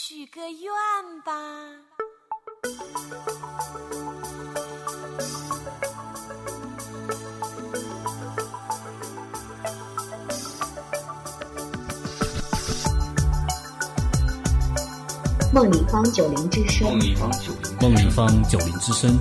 许个愿吧。 梦里方90之声， 梦里方90之声。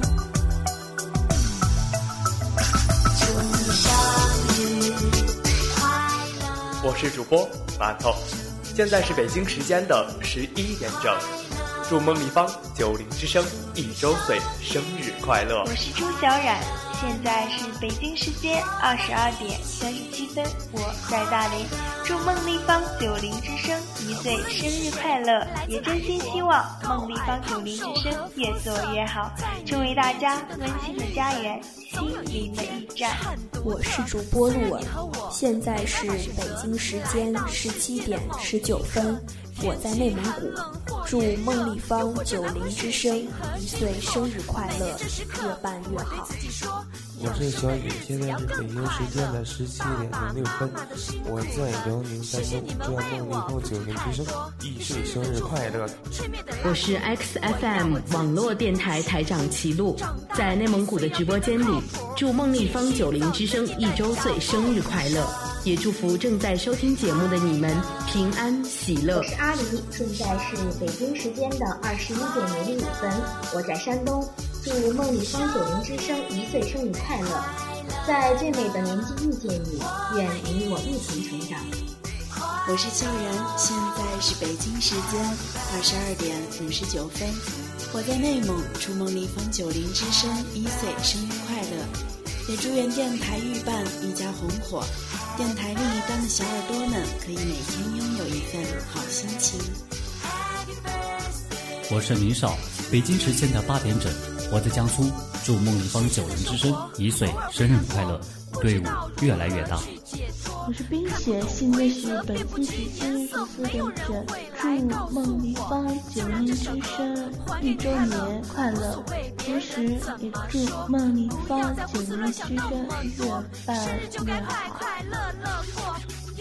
我是主播馒头，现在是北京时间的11点整，祝梦立方90之声1周岁生日快乐。 我是朱小冉，现在是北京时间22点37分，我在大连，祝梦立方90之声1岁生日快乐，也真心希望梦立方90之声越做越好，成为大家温馨的家园，心灵的驿站。 我是主播陆文，现在是北京时间17点19分，我在内蒙古，祝梦立方90之声1岁生日快乐，越办越好。 我是小雨，现在是北京时间的17点06分，我在辽宁山东，祝梦立方90之声1岁生日快乐。 我是 XFM 网络电台台长齐路，在内蒙古的直播间里，祝梦立方90之声1周岁生日快乐，也祝福正在收听节目的你们平安喜乐。 我是阿狸，现在是北京时间的21点05分，我在山东，祝梦立方90之声1岁生日快乐，在最美的年纪遇见你，愿你我一同成长。 我是邱然，现在是北京时间22点59分，我在内蒙，祝梦立方90之声1岁生日快乐，也祝愿电台预办一家红火，电台另一端的小耳朵们可以每天拥有一份好心情。 我是明少，北京时间的8点整，我在江苏，祝梦立方90之声1岁生日快乐，队伍越来越大。 我是冰雪，现在是北京时间14点整，祝梦立方90之声1周年快乐，同时也祝梦立方90之声越办越好。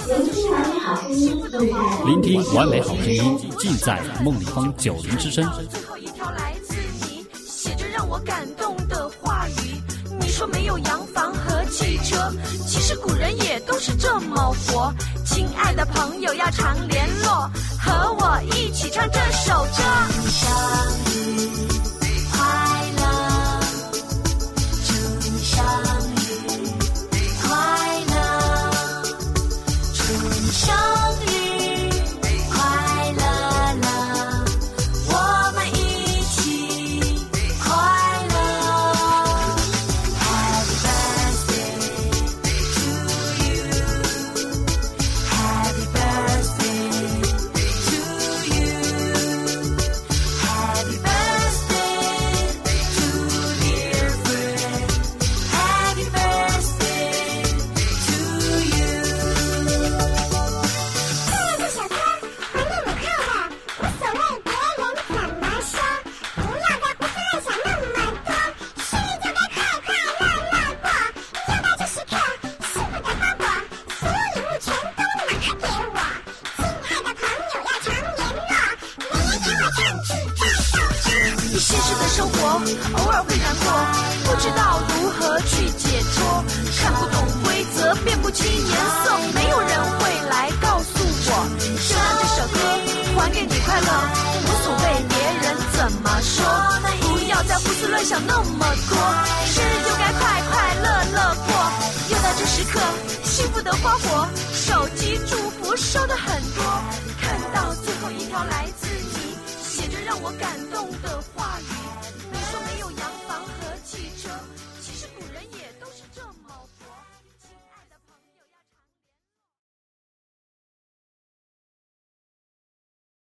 聆听完美好声音，尽在梦立方90之声。 最后一条来自你，写着让我感动的话语。你说没有洋房和汽车，其实古人也都是这么活。亲爱的朋友要常联络，和我一起唱这首歌。祝你生日快乐，祝你生日快乐，祝你生日快乐了，我们一起快乐。Happy birthday to you, Happy birthday to dear friend, Happy birthday to you。 这个小歌还那么快乐，无所谓别人怎么说，不要在胡思乱想那么多，生日就该快快乐乐过，要在这时刻幸福的包裹，所有礼物全都拿给我，亲爱的朋友要常联络，每年给我唱起这首歌。 你现实的生活偶尔会难过，不知道如何去解脱，看不懂规则，辨不清颜色，没有人会来告诉我。就让这首歌还给你快乐，无所谓别人怎么说，不要再胡思乱想那么多，生日就该快快乐乐过。又到这时刻，幸福的花火，手机祝福收的很多，看到最后一条来自你，写着让我感动的